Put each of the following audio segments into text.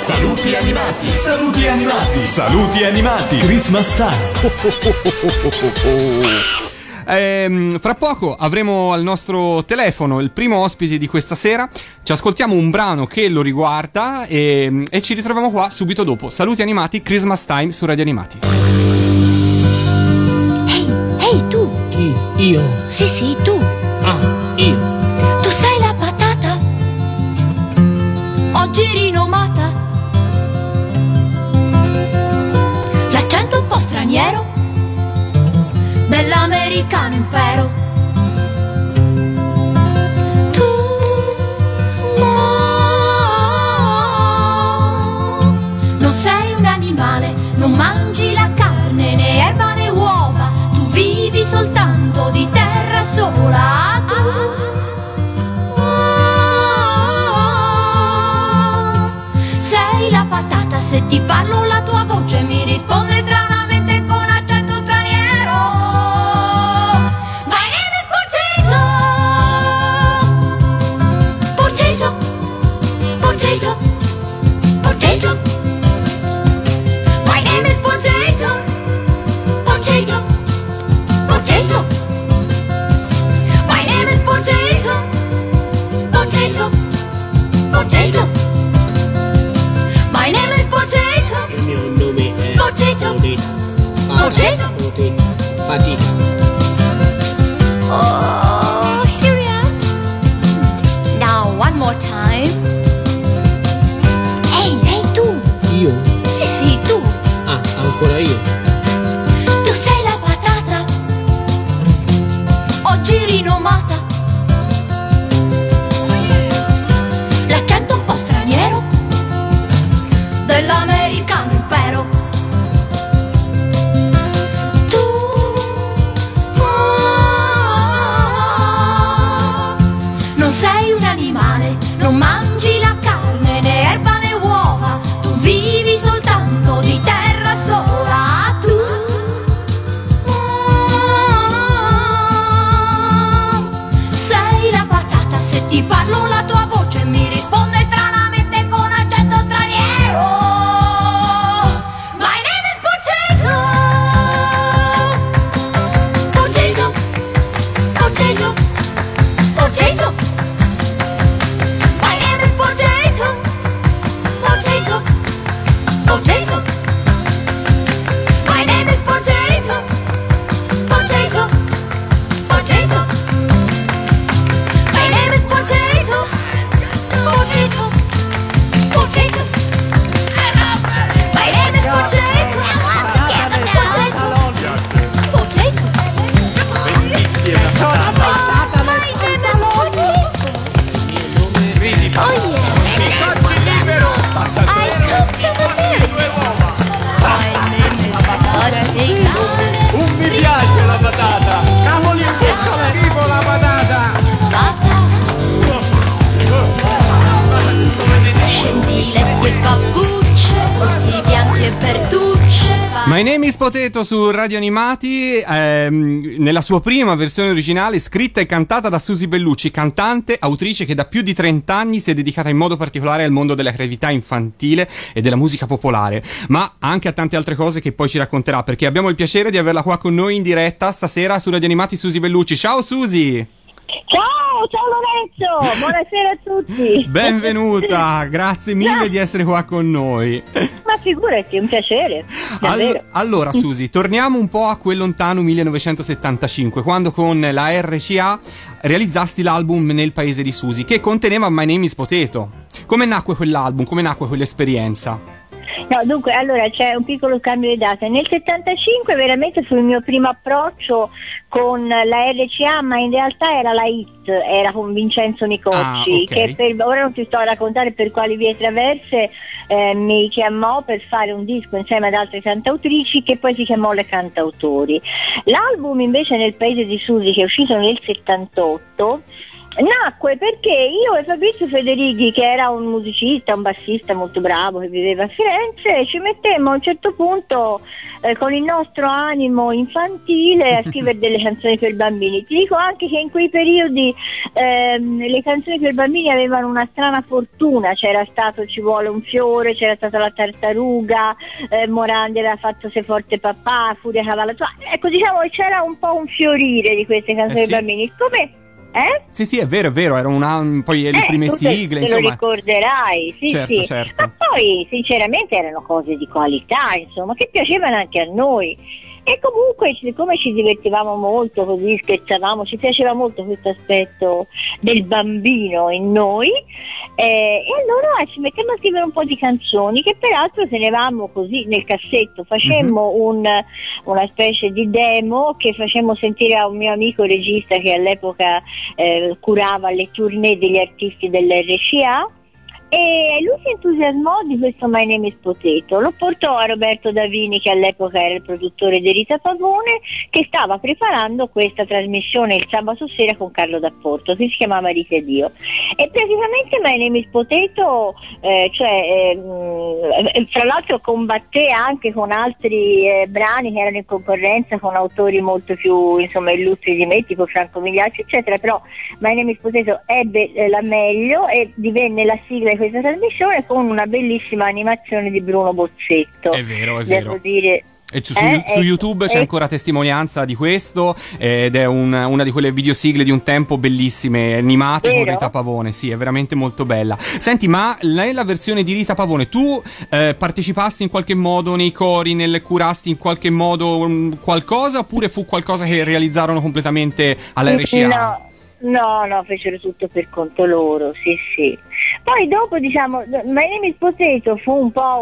Saluti animati. Saluti animati. Saluti animati. Christmas time. Fra poco avremo al nostro telefono il primo ospite di questa sera. Ci ascoltiamo un brano che lo riguarda e ci ritroviamo qua subito dopo. Saluti animati, Christmas Time su Radio Animati. Ehi tu! Chi? Io? Sì, tu! Ah, io! Tu sei la patata oggi rinomata, l'accento un po' straniero dell'americano impero. Tu non sei un animale, non mangi la carne né erba né uova, tu vivi soltanto di terra sola. Sei la patata, se ti parlo la tua voce mi risponde stranamente con accento straniero. My name is Potato. Potato, potato, potato. My name is Potato. Potato, potato. My name is Potato. Potato, potato. My name is Potato. Il mio nome è Potato. Potato. Patita. Oh, here we are. Now one more time. Hey, tu. Io? Sì, tu. Ah, ancora io? Tu sei la patata oggi rinomata, l'accento un po' straniero dell'americano impero. Tu non sei un animale, non mangi la carne né erba né uova, tu vivi soltanto di terra sola. Tu sei la patata, se ti parlo la tua voce mi risponde stranamente con accento straniero. My name is Potato. Potato, potato, potato. My name is Potato. Potato, potato. My name is Potato. Potato, potato. My name is Potato. Potato, potato. My name is Potato. Potato, potato. Oh yeah. I cooked some potato. My name is Potato. Mi piace la patata! Cavoli, che schifo la patata! Scendiletti e cappucce, orsi bianchi e bertucce. My Name is Potato su Radio Animati, nella sua prima versione originale, scritta e cantata da Susi Bellucci, cantante, autrice che da più di 30 anni si è dedicata in modo particolare al mondo della creatività infantile e della musica popolare, ma anche a tante altre cose che poi ci racconterà, perché abbiamo il piacere di averla qua con noi in diretta stasera su Radio Animati. Susi Bellucci, ciao Susi! Ciao Lorenzo, buonasera a tutti. Benvenuta, grazie mille di essere qua con noi. Ma figurati, è un piacere. Allora Susi, torniamo un po' a quel lontano 1975, quando con la RCA realizzasti l'album Nel paese di Susi, che conteneva My Name is Potato. Come nacque quell'album, come nacque quell'esperienza? No, dunque, allora c'è un piccolo cambio di data. Nel 75 veramente fu il mio primo approccio con la RCA, ma in realtà era la HIT, era con Vincenzo Nicocci, okay. che ora non ti sto a raccontare per quali vie traverse mi chiamò per fare un disco insieme ad altre cantautrici, che poi si chiamò Le Cantautori. L'album invece Nel paese di Susi, che è uscito nel 78, Nacque perché io e Fabrizio Federighi, che era un musicista, un bassista molto bravo che viveva a Firenze, ci mettemmo a un certo punto con il nostro animo infantile a scrivere delle canzoni per bambini. Ti dico anche che in quei periodi le canzoni per bambini avevano una strana fortuna, c'era stato Ci vuole un fiore, c'era stata La tartaruga, Morandi aveva fatto Se forte papà, Furia cavallo, ecco, diciamo che c'era un po' un fiorire di queste canzoni sì. per bambini. Come? Sì, è vero, erano poi le prime sigle, te insomma. lo ricorderai, sì, certo, sì. certo. Ma poi sinceramente erano cose di qualità, insomma, che piacevano anche a noi. E comunque, siccome ci divertivamo molto, così scherzavamo, ci piaceva molto questo aspetto del bambino in noi, e allora ci mettiamo a scrivere un po' di canzoni che peraltro tenevamo così nel cassetto, facemmo una specie di demo che facemmo sentire a un mio amico regista che all'epoca curava le tournée degli artisti dell'RCA. E lui si entusiasmò di questo My Name is Potato, lo portò a Roberto Davini, che all'epoca era il produttore di Rita Pavone, che stava preparando questa trasmissione il sabato sera con Carlo D'Apporto, che si chiamava Rita e Dio, e praticamente My Name is Potato fra l'altro combatté anche con altri brani che erano in concorrenza con autori molto più illustri di me, tipo Franco Migliaccio eccetera, però My Name is Potato ebbe la meglio e divenne la sigla di questa trasmissione con una bellissima animazione di Bruno Bozzetto. È vero. Devo dire. E su YouTube c'è ancora testimonianza di questo, ed è una di quelle videosigle di un tempo bellissime, animate, vero? con Rita Pavone, sì, è veramente molto bella. Senti, ma lei la versione di Rita Pavone, tu partecipasti in qualche modo nei cori, curasti in qualche modo qualcosa, oppure fu qualcosa che realizzarono completamente alla RCA? No, fecero tutto per conto loro, sì. Poi dopo, diciamo, My Name is Potato fu un po'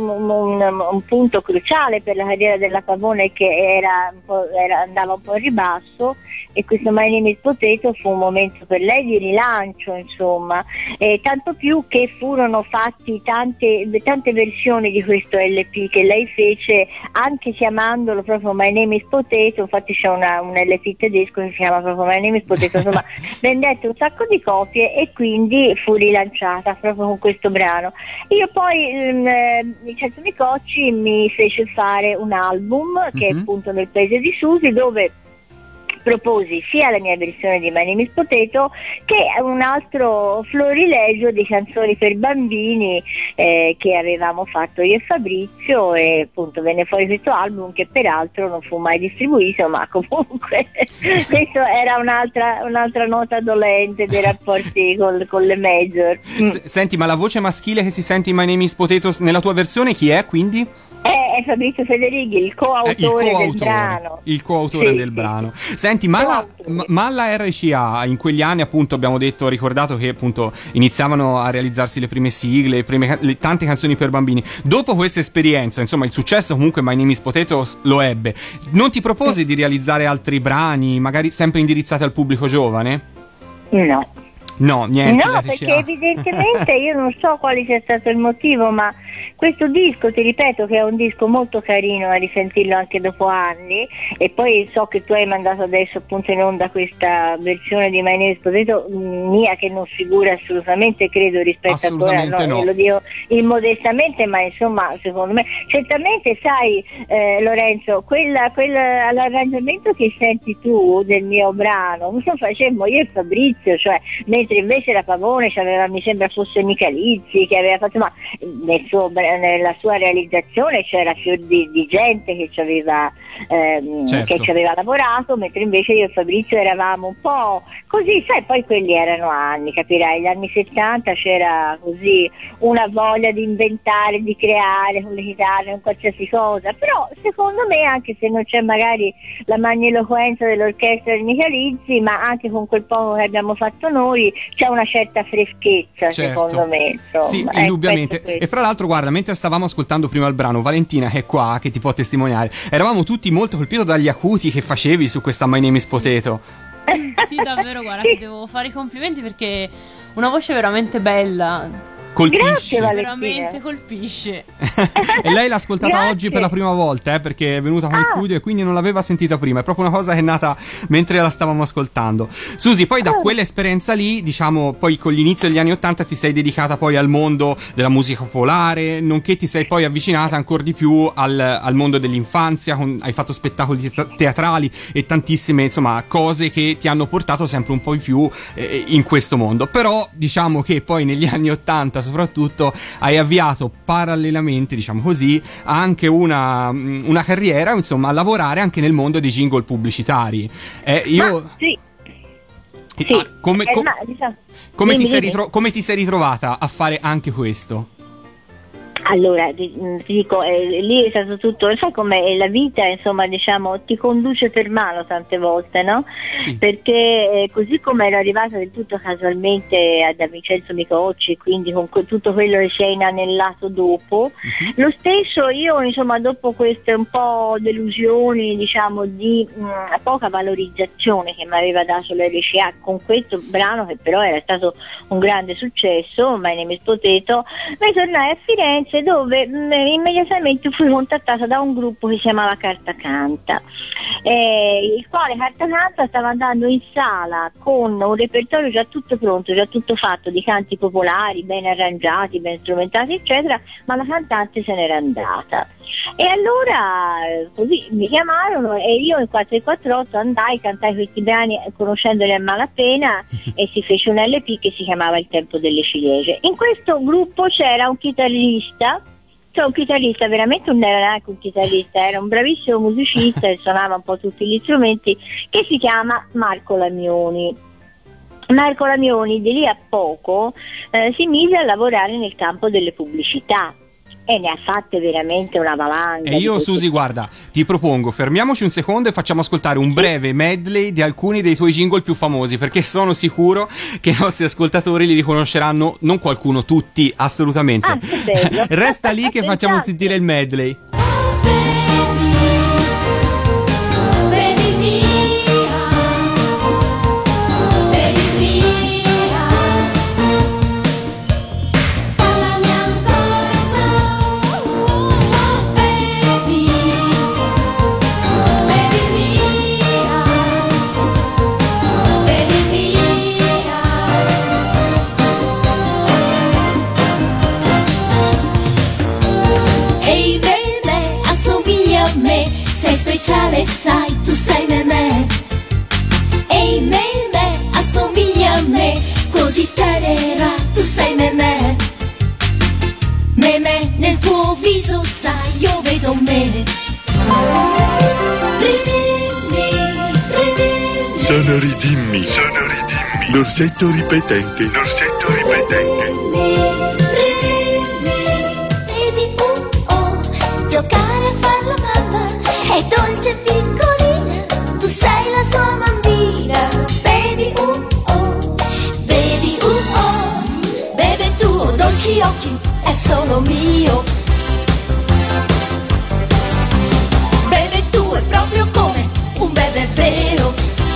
un punto cruciale per la carriera della Pavone, che andava un po' a ribasso, e questo My Name is Potato fu un momento per lei di rilancio, insomma, tanto più che furono fatti tante versioni di questo LP che lei fece, anche chiamandolo proprio My Name is Potato. Infatti c'è un LP tedesco che si chiama proprio My Name is Potato, insomma vendette un sacco di copie e quindi fu rilanciata proprio con questo brano. Io poi Vincenzo Micocci mi fece fare un album che è appunto Nel paese di Susi, dove proposi sia la mia versione di My Name is Potato che un altro florilegio di canzoni per bambini che avevamo fatto io e Fabrizio, e appunto venne fuori questo album che peraltro non fu mai distribuito, ma comunque questo era un'altra nota dolente dei rapporti con le major. Senti, ma la voce maschile che si sente in My Name is Potato nella tua versione chi è, quindi? È Fabrizio Federighi, il coautore del brano. Il coautore del brano. Senti, ma la RCA in quegli anni, appunto, abbiamo ricordato che appunto iniziavano a realizzarsi le prime sigle, tante canzoni per bambini. Dopo questa esperienza, insomma, il successo comunque My Name is Potato lo ebbe. Non ti proposi di realizzare altri brani, magari sempre indirizzati al pubblico giovane? No, niente. No, perché evidentemente io non so quale sia stato il motivo, ma questo disco, ti ripeto, che è un disco molto carino, a risentirlo anche dopo anni, e poi so che tu hai mandato adesso appunto in onda questa versione di My Name is Potato mia, che non figura assolutamente, credo, rispetto a quella, no. Lo dico immodestamente, ma insomma, secondo me, certamente, sai, Lorenzo, l'arrangiamento che senti tu del mio brano, lo facemmo io e Fabrizio, cioè, mentre invece la Pavone mi sembra fosse Michalizzi che aveva fatto, ma nella sua realizzazione c'era fior di gente che ci aveva lavorato, mentre invece io e Fabrizio eravamo un po' così, sai, poi quelli erano anni, capirai, gli anni 70 c'era così una voglia di inventare, di creare con le chitarre, con qualsiasi cosa, però secondo me, anche se non c'è magari la magniloquenza dell'orchestra di Michalizzi, ma anche con quel poco che abbiamo fatto noi c'è una certa freschezza, secondo me, insomma. Sì, indubbiamente. E fra l'altro, guarda, mentre stavamo ascoltando prima il brano, Valentina, che è qua, che ti può testimoniare, eravamo tutti molto colpiti dagli acuti che facevi su questa My Name is Potato. Sì, davvero, guarda, ti devo fare i complimenti perché una voce veramente bella. colpisce. Grazie, Valentina. Veramente colpisce. E lei l'ha ascoltata Grazie. oggi per la prima volta, perché è venuta qua in studio e quindi non l'aveva sentita prima. È proprio una cosa che è nata mentre la stavamo ascoltando. Susi, poi da quell'esperienza lì, diciamo, poi con l'inizio degli anni '80 ti sei dedicata poi al mondo della musica popolare, nonché ti sei poi avvicinata ancora di più al mondo dell'infanzia, hai fatto spettacoli teatrali e tantissime, insomma, cose che ti hanno portato sempre un po' di più in questo mondo. Però diciamo che poi negli anni '80 soprattutto hai avviato parallelamente, diciamo così, anche una carriera, insomma, a lavorare anche nel mondo dei jingle pubblicitari. Sì. Come Dimmi. come ti sei ritrovata a fare anche questo? Allora, ti dico, lì è stato tutto, sai com'è la vita, insomma, diciamo, ti conduce per mano tante volte, no? Sì. Perché così come ero arrivata del tutto casualmente da Vincenzo Micocci, quindi con tutto quello che si è inanellato dopo, lo stesso io, insomma, dopo queste un po' delusioni, diciamo, di poca valorizzazione che mi aveva dato l'RCA con questo brano, che però era stato un grande successo, My Name is Potato, mi tornai a Firenze, dove immediatamente fui contattata da un gruppo che si chiamava Carta Canta, il quale Carta Canta stava andando in sala con un repertorio già tutto pronto, già tutto fatto, di canti popolari, ben arrangiati, ben strumentati, eccetera, ma la cantante se n'era andata. E allora così mi chiamarono e io in 448 andai, cantai questi brani conoscendoli a malapena e si fece un LP che si chiamava Il tempo delle ciliegie. In questo gruppo c'era un chitarrista, veramente non era neanche un chitarrista, era un bravissimo musicista e suonava un po' tutti gli strumenti, che si chiama Marco Lamioni. Marco Lamioni di lì a poco si mise a lavorare nel campo delle pubblicità e ne ha fatte veramente una valanga. E io, Susi, guarda, ti propongo, fermiamoci un secondo e facciamo ascoltare un breve medley di alcuni dei tuoi jingle più famosi, perché sono sicuro che i nostri ascoltatori li riconosceranno, non qualcuno, tutti, assolutamente. Ah, che bello. Resta lì che facciamo Esatto. sentire il medley. Ehi bene, assomigli a me, sei speciale, sai, tu sei me. Ehi bene, assomigli a me, così tenera, tu sei me. Me, nel tuo viso, sai, io vedo me. Sonori dimmi, l'orsetto ripetente. Baby, giocare a far la mamma, è dolce e piccolina, tu sei la sua bambina. Baby, baby, bebe tuo, dolci occhi, è solo mio. Bebe tu è proprio come un bebè vero,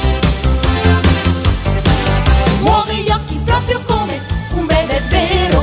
muove gli occhi proprio come un bebè vero.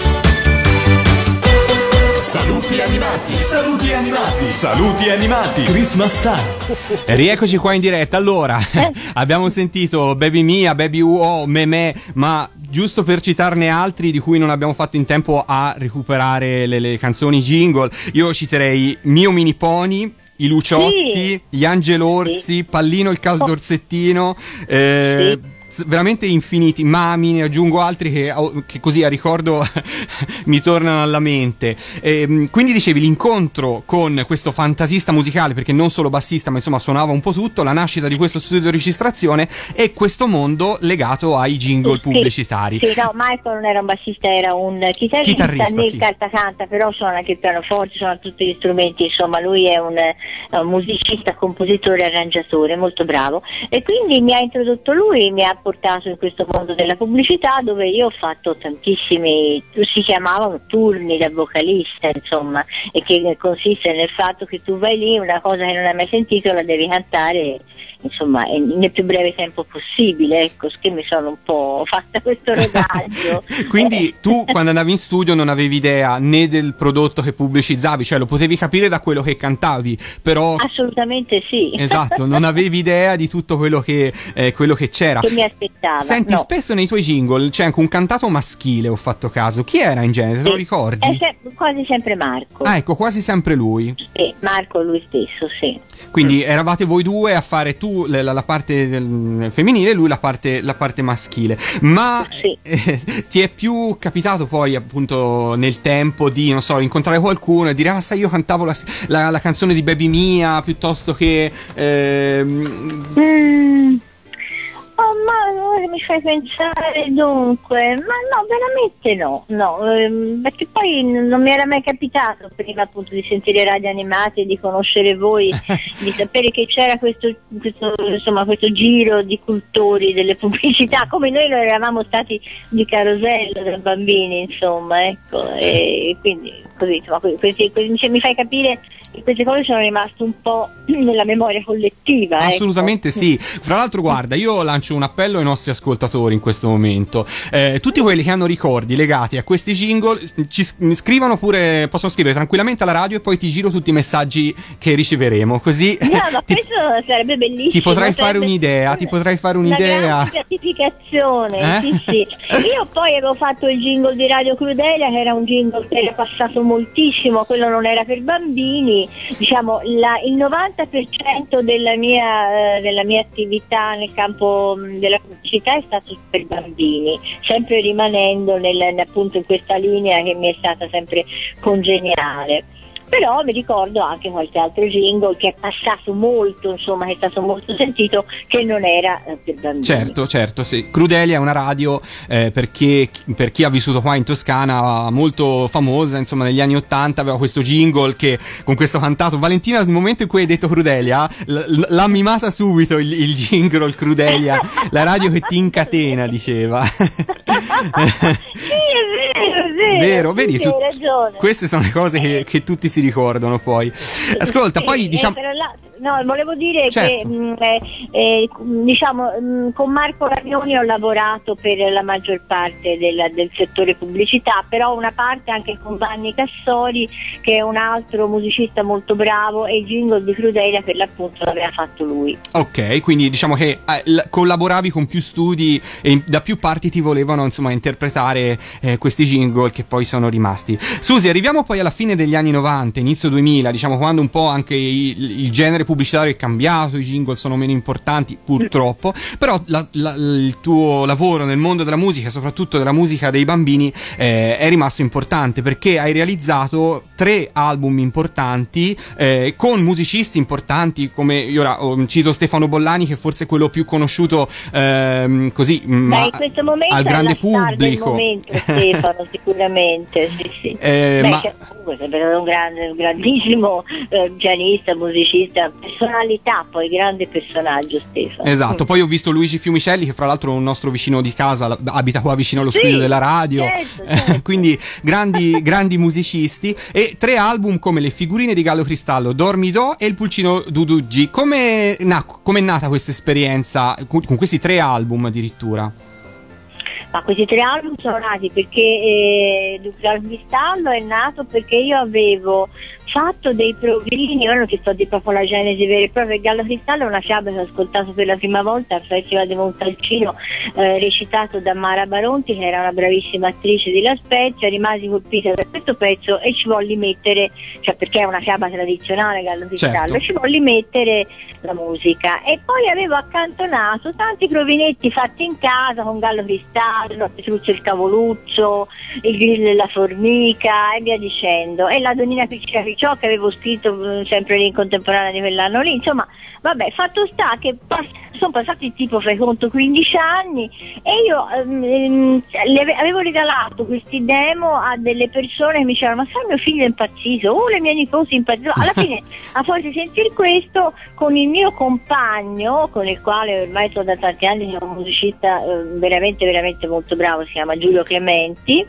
Saluti animati, Christmas Time. Rieccoci qua in diretta. Allora, abbiamo sentito Baby Mia, Baby Me, ma giusto per citarne altri di cui non abbiamo fatto in tempo a recuperare le canzoni jingle, io citerei Mio Mini Pony, I Luciotti, Sì. Gli Angelorsi, Pallino il Caldorsettino, veramente infiniti, Mami, ne aggiungo altri che così a ricordo mi tornano alla mente. Quindi dicevi l'incontro con questo fantasista musicale, perché non solo bassista ma insomma suonava un po' tutto, la nascita di questo studio di registrazione e questo mondo legato ai jingle pubblicitari. Sì, no, Marco non era un bassista, era un chitarrista nel sì. Carta Canta, però suona anche il pianoforte, suona tutti gli strumenti, insomma lui è un musicista, compositore, arrangiatore, molto bravo, e quindi mi ha introdotto lui, mi ha portato in questo mondo della pubblicità, dove io ho fatto tantissimi, si chiamavano turni da vocalista, insomma, e che consiste nel fatto che tu vai lì, una cosa che non hai mai sentito la devi cantare, insomma, nel più breve tempo possibile, ecco, che mi sono un po' fatta questo rodaggio. Quindi tu quando andavi in studio non avevi idea né del prodotto che pubblicizzavi, cioè lo potevi capire da quello che cantavi, però Assolutamente sì. esatto, non avevi idea di tutto quello che c'era. Che mi aspettava. Senti, no. spesso nei tuoi jingle c'è anche un cantato maschile, ho fatto caso. Chi era in genere? Te lo ricordi? È quasi sempre Marco. Ah, ecco, quasi sempre lui. Sì, Marco lui stesso, sì. Quindi eravate voi due a fare tu la parte femminile e lui la parte maschile. Ma Sì. ti è più capitato poi appunto nel tempo di, non so, incontrare qualcuno e dire: ah, sai, io cantavo la canzone di Baby Mia, piuttosto che Oh, ma ora mi fai pensare, dunque, ma no, veramente no, perché poi non mi era mai capitato prima appunto di sentire radio animati e di conoscere voi, di sapere che c'era questo giro di cultori delle pubblicità, come noi lo eravamo stati di Carosello da bambini, insomma, ecco, e quindi così, insomma, mi fai capire che queste cose sono rimaste un po' nella memoria collettiva. Assolutamente ecco. sì. Fra l'altro, guarda, io lancio un appello ai nostri ascoltatori in questo momento. Tutti quelli che hanno ricordi legati a questi jingle scrivano pure, possono scrivere tranquillamente alla radio e poi ti giro tutti i messaggi che riceveremo. Così No, ma questo sarebbe bellissimo. ti potrai fare sarebbe un'idea. Una grande gratificazione, sì. Io poi avevo fatto il jingle di Radio Crudelia, che era un jingle che era passato moltissimo, quello non era per bambini, diciamo il 90% della mia attività nel campo della pubblicità è stato per bambini, sempre rimanendo appunto in questa linea che mi è stata sempre congeniale. Però mi ricordo anche qualche altro jingle che è passato molto, insomma, che è stato molto sentito, che non era per bambini. Certo, sì. Crudelia è una radio perché per chi ha vissuto qua in Toscana molto famosa, insomma, negli anni '80 aveva questo jingle che con questo cantato. Valentina, nel momento in cui hai detto Crudelia, l'ha mimata subito il jingle, il Crudelia, la radio che ti incatena, diceva. Sì, è vero, vedi, sì, hai ragione. queste sono le cose che tutti si ricordano poi. Ascolta, Sì, poi diciamo no, volevo dire certo. che diciamo con Marco Ravioni ho lavorato per la maggior parte del settore pubblicità, però una parte anche con Vanni Cassori, che è un altro musicista molto bravo, e il jingle di Crudelia per l'appunto l'aveva fatto lui. Ok, quindi diciamo che collaboravi con più studi e da più parti ti volevano, insomma, interpretare questi jingle che poi sono rimasti. Susi, arriviamo poi alla fine degli anni 90, inizio 2000, diciamo, quando un po' anche il genere pubblicitario è cambiato, i jingle sono meno importanti purtroppo, però il tuo lavoro nel mondo della musica, soprattutto della musica dei bambini, è rimasto importante perché hai realizzato 3 album importanti con musicisti importanti, come io ora cito Stefano Bollani, che forse è quello più conosciuto così in questo momento al grande è la star del pubblico. momento, Stefano, sicuramente, sì. Ma Che comunque è sempre un grandissimo pianista, musicista, personalità, poi grande personaggio, Stefano. esatto, poi ho visto Luigi Fiumicelli, che fra l'altro è un nostro vicino di casa, abita qua vicino allo studio della radio, certo. quindi grandi musicisti, e 3 album come Le figurine di Gallo Cristallo, Dormi Do e Il pulcino Dudu G. Come è nata questa esperienza con questi 3 album addirittura? Ma questi 3 album sono nati perché Gallo Cristallo è nato perché io avevo fatto dei provini, ora non ti sto di proprio la genesi vera e propria. Gallo Cristallo è una fiaba che ho ascoltato per la prima volta al Festival di Montalcino, recitato da Mara Baronti, che era una bravissima attrice di La Spezia. Rimasi colpita da questo pezzo e ci volli mettere, cioè perché è una fiaba tradizionale Gallo Cristallo, certo. Ci volli mettere la musica, e poi avevo accantonato tanti provinetti fatti in casa con Gallo Cristallo, Petruzzo il Cavoluccio, il Grillo e la Formica e via dicendo, e la Donnina Piccina ciò che avevo scritto sempre lì in contemporanea di quell'anno lì, insomma, vabbè, fatto sta che sono passati tipo, fai conto, 15 anni e io avevo regalato questi demo a delle persone che mi dicevano: ma sai, mio figlio è impazzito, le mie nipoti impazzito. Alla fine, a forza di sentire questo, con il mio compagno, con il quale ormai sono da tanti anni, sono un musicista veramente veramente molto bravo, si chiama Giulio Clementi,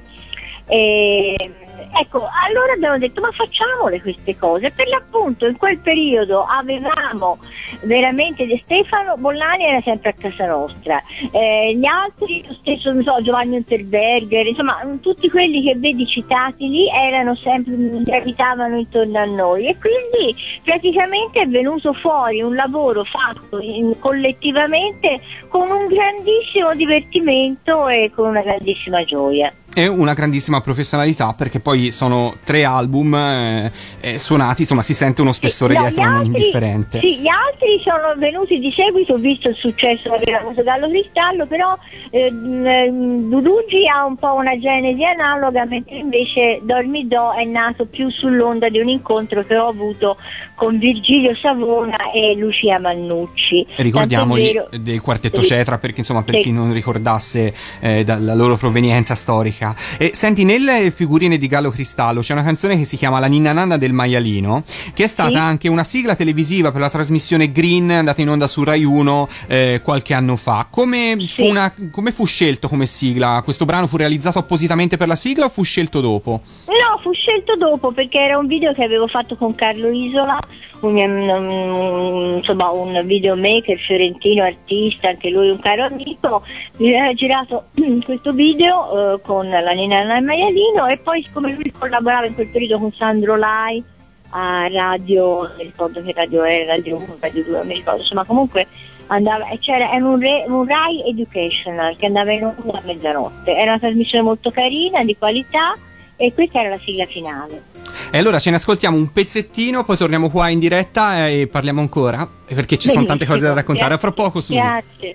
ecco, allora abbiamo detto: ma facciamole queste cose. Per l'appunto in quel periodo avevamo veramente Stefano Bollani, era sempre a casa nostra, gli altri, lo stesso, non so, Giovanni Unterberger, insomma tutti quelli che vedi citati lì erano sempre, gravitavano intorno a noi, e quindi praticamente è venuto fuori un lavoro fatto collettivamente con un grandissimo divertimento e con una grandissima gioia. E una grandissima professionalità, perché poi sono 3 album suonati, insomma si sente uno spessore dietro non indifferente. Sì, gli altri sono venuti di seguito, visto il successo che aveva avuto Gallo Cristallo, però Dudugi ha un po' una genesi analoga, mentre invece Dormi Do è nato più sull'onda di un incontro che ho avuto con Virgilio Savona e Lucia Mannucci. Ricordiamoli del quartetto Cetra, perché insomma per chi non ricordasse la loro provenienza storica. E senti, nelle figurine di Gallo Cristallo c'è una canzone che si chiama La Ninna Nanna del Maialino, che è stata anche una sigla televisiva per la trasmissione Green, andata in onda su Rai 1 qualche anno fa. Come fu scelto come sigla? Questo brano fu realizzato appositamente per la sigla o fu scelto dopo? No, fu scelto dopo, perché era un video che avevo fatto con Carlo Isola, insomma un videomaker fiorentino, artista, anche lui un caro amico. Mi aveva girato questo video con La Ninna Nanna del Maialino, e poi siccome lui collaborava in quel periodo con Sandro Lai a radio, non mi ricordo che radio era, Radio 1, Radio 2, non mi ricordo, insomma comunque andava, c'era un Rai Educational che andava in onda a mezzanotte, era una trasmissione molto carina, di qualità, e questa era la sigla finale. E allora ce ne ascoltiamo un pezzettino, poi torniamo qua in diretta e parliamo ancora, perché ci sono tante cose da raccontare. A fra poco, Susi. Grazie.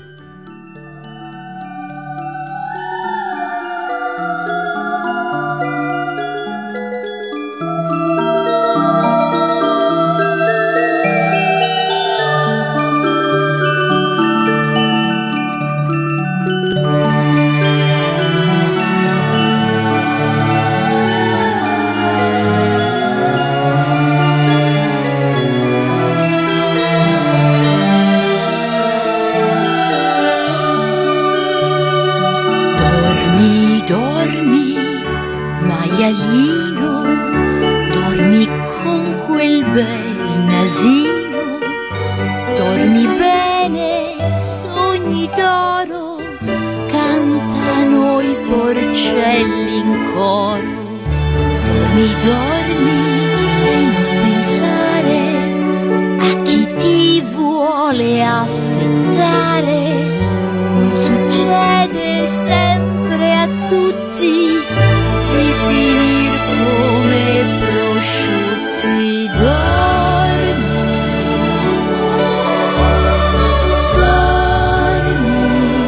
Dormi con quel bel nasino, dormi bene, sogni d'oro, cantano i porcelli in coro. Dormi, dormi e non pensare a chi ti vuole affettare, non succede sempre a tutti di finir come prosciutti. Dormi, dormi,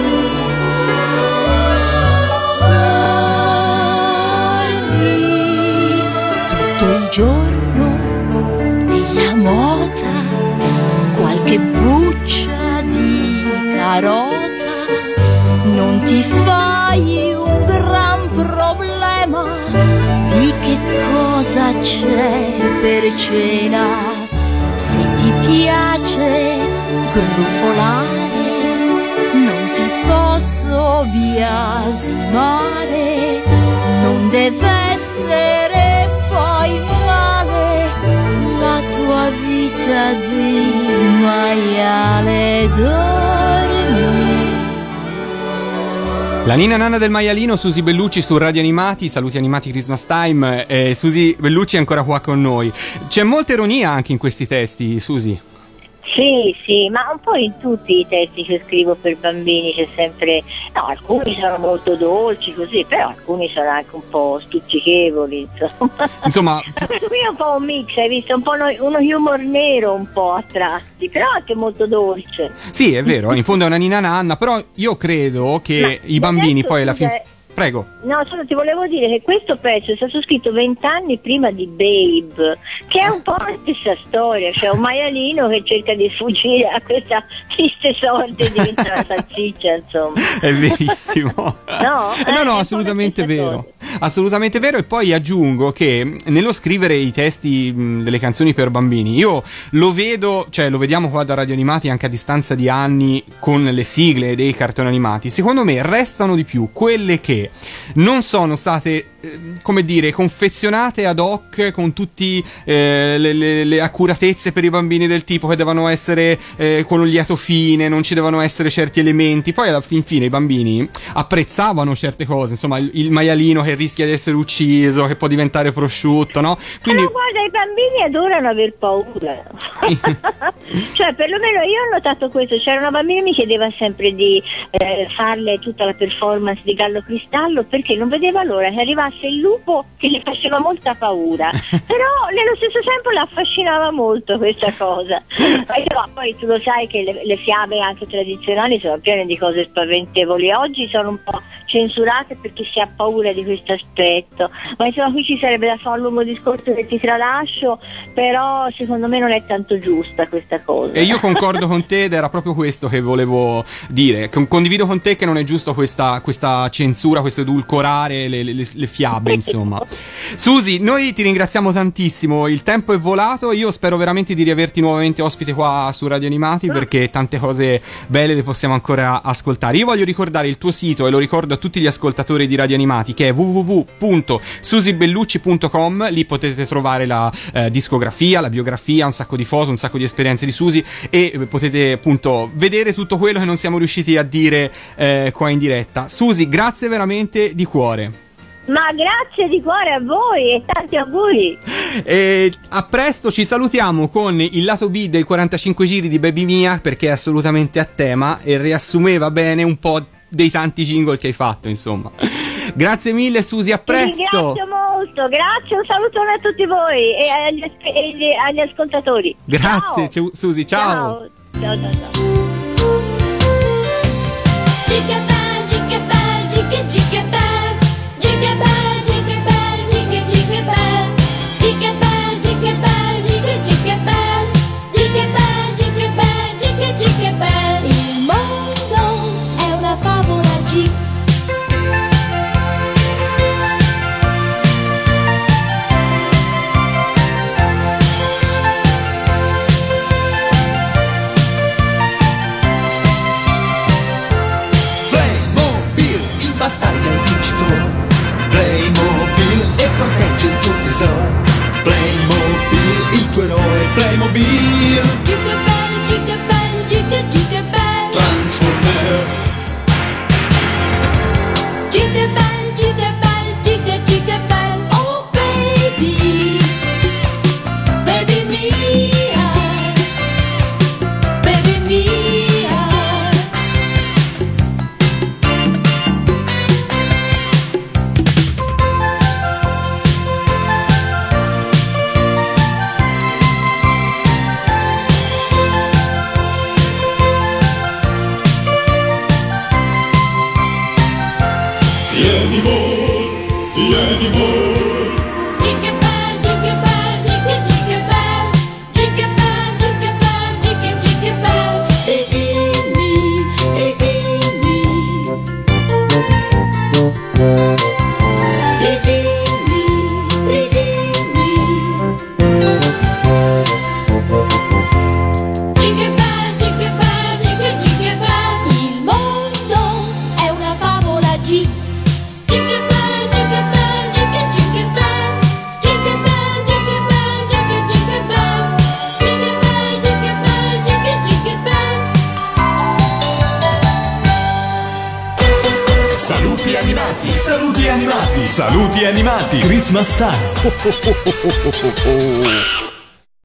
dormi. Tutto il giorno nella mota qualche buccia di carota, non ti fai un gran problema di che cosa c'è per cena. Se ti piace grufolare, non ti posso biasimare, non deve essere poi male la tua vita di maiale. Dormi. La Ninna Nanna del Maialino, Susi Bellucci su Radio Animati, saluti animati Christmas Time. Susi Bellucci è ancora qua con noi. C'è molta ironia anche in questi testi, Susi. Sì, ma un po' in tutti i testi che scrivo per bambini c'è sempre, no, alcuni sono molto dolci così, però alcuni sono anche un po' stuzzichevoli, Insomma, questo qui è un po' un mix, hai visto, un po' uno humor nero un po' a tratti, però anche molto dolce. sì, è vero, in fondo è una Ninna Nanna, però io credo che i bambini poi alla fine... prego. No, solo ti volevo dire che questo pezzo è stato scritto 20 anni prima di Babe, che è un po' la stessa storia, cioè un maialino che cerca di fuggire a questa triste sorte e diventa una salsiccia, insomma. È verissimo. No? No, È assolutamente un po' la stessa vero. Assolutamente vero. E poi aggiungo che nello scrivere i testi delle canzoni per bambini, io lo vedo, cioè lo vediamo qua da Radio Animati anche a distanza di anni con le sigle dei cartoni animati. Secondo me restano di più quelle che non sono state, come dire, confezionate ad hoc con tutti le accuratezze per i bambini, del tipo che devono essere con un lieto fine, non ci devono essere certi elementi. Poi alla fine i bambini apprezzavano certe cose, insomma il maialino che rischia di essere ucciso, che può diventare prosciutto, no? Quindi... Però guarda, i bambini adorano aver paura. Cioè, perlomeno io ho notato questo. C'era una bambina che mi chiedeva sempre di farle tutta la performance di Gallo Cristallo, perché non vedeva l'ora che arrivasse il lupo, che gli faceva molta paura. Però nello stesso tempo la affascinava molto questa cosa. Poi tu lo sai che le fiabe anche tradizionali sono piene di cose spaventevoli. Oggi sono un po' censurate perché si ha paura di questo aspetto, ma insomma qui ci sarebbe da fare un lungo discorso che ti tralascio, però secondo me non è tanto giusta questa cosa. E io concordo con te, ed era proprio questo che volevo dire. Condivido con te che non è giusto questa censura, questo edulcorare le fiabe, insomma. Susi, noi ti ringraziamo tantissimo, il tempo è volato, io spero veramente di riaverti nuovamente ospite qua su Radio Animati, perché tante cose belle le possiamo ancora ascoltare. Io voglio ricordare il tuo sito, e lo ricordo a tutti gli ascoltatori di Radio Animati, che è www.susibellucci.com. lì potete trovare la discografia, la biografia, un sacco di foto, un sacco di esperienze di Susi, e potete appunto vedere tutto quello che non siamo riusciti a dire qua in diretta. Susi, grazie veramente di cuore. Ma grazie di cuore a voi e tanti auguri. E a presto, ci salutiamo con il lato B del 45 giri di Baby Mia, perché è assolutamente a tema e riassumeva bene un po' dei tanti jingle che hai fatto, insomma. Grazie mille Susi, a presto. Ti ringrazio molto, grazie, un salutone a tutti voi e agli ascoltatori. Grazie. Ciao. Susi, ciao. Ciao. Jingle bell, jingle bell, jingle jingle bell. Jingle bell, jingle bell, jingle jingle bell. Jingle bell, jingle bell, jingle jingle bell. Jingle bell, jingle bell, jingle jingle bell. Il mondo è una favola G. Playmobil, in battaglia il vincitore. Playmobil e protegge il tuo tesoro. Playmobil, il tuo eroe. Playmobil, Jingle bell, jingle bell, jingle jingle bell. Transformer. Jingle bell, jingle bell, jingle jingle bell. Oh baby, baby mia, baby mia. Tieni more, tieni more. Jingle bell, jingle bell, jingle jingle bell. Jingle bell, jingle bell, jingle jingle bell. E dimmi, e dimmi, e dimmi, e dimmi. Jingle bell, jingle bell, jingle jingle bell. Il mondo è una favola G. Jingle bell, jingle bell, jingle jingle bell. Jingle bell, jingle bell, jingle jingle bell. Jingle bell, jingle bell, jingle jingle bell. Saluti animati, saluti animati, saluti animati. Christmas time.